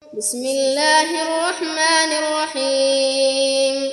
بسم الله الرحمن الرحيم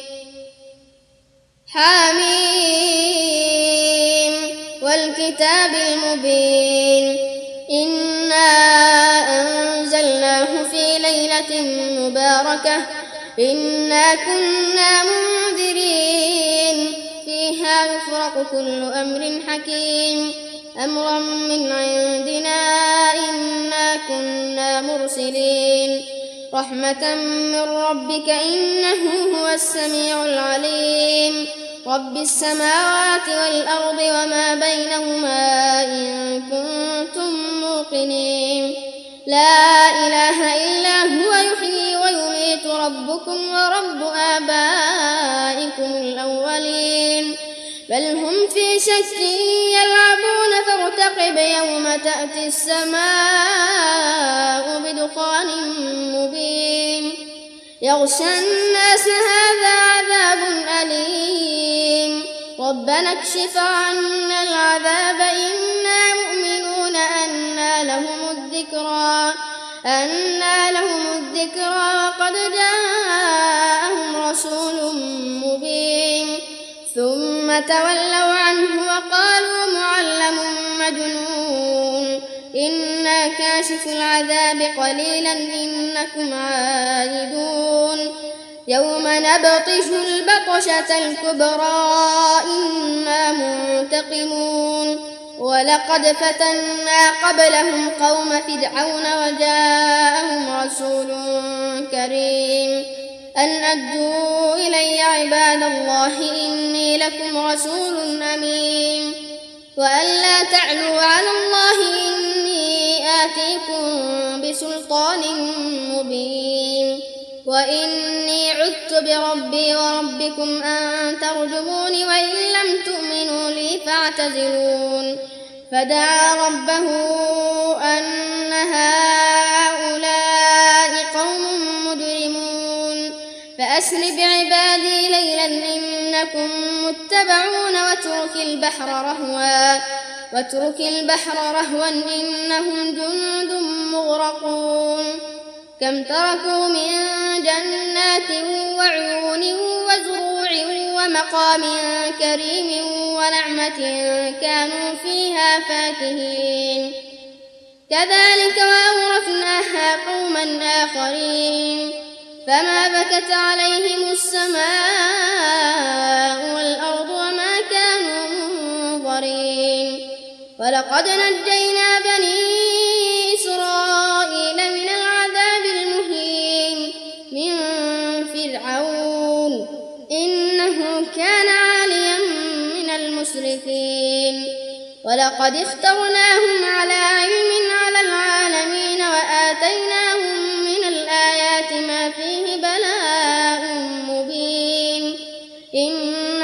حميم والكتاب المبين إنا أنزلناه في ليلة مباركة إنا كنا منذرين فيها يفرق كل أمر حكيم أمرا من عندنا إنا كنا مرسلين رحمة من ربك إنه هو السميع العليم رب السماوات والأرض وما بينهما إن كنتم موقنين لا إله إلا هو يحيي ويميت ربكم ورب آبائكم الأولين بل هم في شك يلعبون فارتقب يوم تأتي السماء بدخان مبين يغشى الناس هذا عذاب أليم ربنا اكشف عنا العذاب إنا مؤمنون أنى لهم الذكرى وقد جاءهم رسول مبين ثم تولوا عنه وقالوا معلم مجنون إنا كاشف العذاب قليلا إنكم عائدون يوم نبطش البطشة الكبرى إنا منتقمون ولقد فتنا قبلهم قوم فرعون وجاءهم رسول كريم أن أدوا إلي عباد الله إني لكم رسول أمين وأن لا تعلوا على الله إني آتيكم بسلطان مبين وإني عذت بربي وربكم أن ترجمون وإن لم تؤمنوا لي فاعتزلون فدعا ربه أن هؤلاء قوم مجرمون فأسر بعبادي ليلا إنكم متبعون واترك البحر رهوا إنهم جند مغرقون كم تركوا من جنات وعيون وزروع ومقام كريم ونعمة كانوا فيها فاكهين كذلك وأورثناها قوما آخرين فما بكت عليهم السماء والأرض وما كانوا منظرين ولقد نجينا بني إسرائيل من العذاب المهين من فرعون إنه كان عاليا من المسرفين ولقد اخترناهم على علم على العالمين وآتيناهم من الآيات ما فيه بلاء مبين إن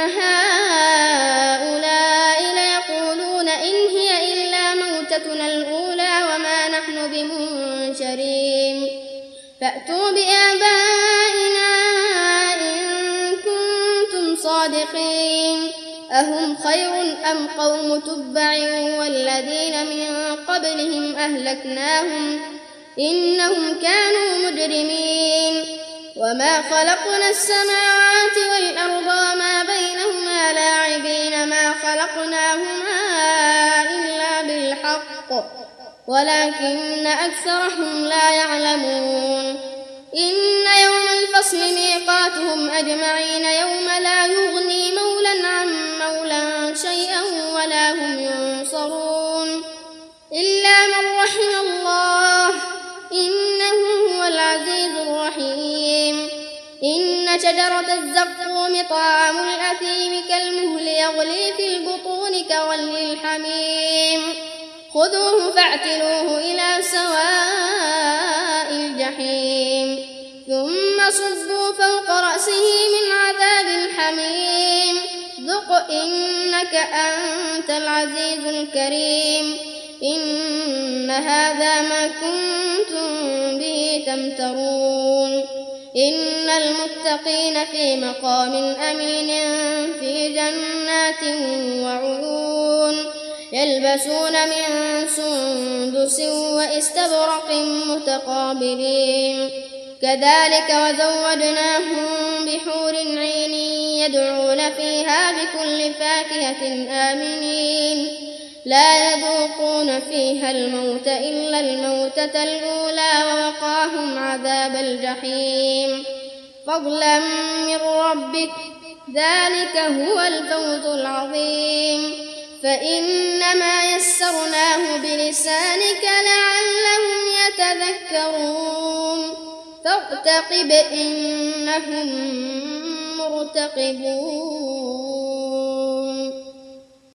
هؤلاء ليقولون إن هي إلا موتتنا الأولى وما نحن بمنشرين فأتوا بآبائنا إن كنتم صادقين أهم خير أم قوم تبع والذين من قبلهم أهلكناهم إنهم كانوا مجرمين وما خلقنا السماوات والأرض وما بينهما لاعبين ما خلقناهما إلا بالحق ولكن أكثرهم لا يعلمون إن يوم الفصل ميقاتهم أجمعين يوم لا يغني مولا عن مولا شيئا ولا هم ينصرون إلا من رحم الله إنه هو العزيز الرحيم إن شجرة الزقوم طعام الأثيم كالمهل يغلي في البطون كغلي الحميم خذوه فاعتلوه إلى سواء الجحيم ثم صبوا فوق رأسه من عذاب الحميم ذق إنك أنت العزيز الكريم إن هذا ما كنتم به تمترون إن المتقين في مقام أمين في جنات وعيون يلبسون من سندس واستبرق متقابلين كذلك وزودناهم بحور عين يدعون فيها بكل فاكهة آمنين لا يذوقون فيها الموت إلا الموتة الأولى ووقاهم عذاب الجحيم فضلا من ربك ذلك هو الفوز العظيم فإنما يسرناه بلسانك لعلهم يتذكرون فارتقب إنهم مرتقبون.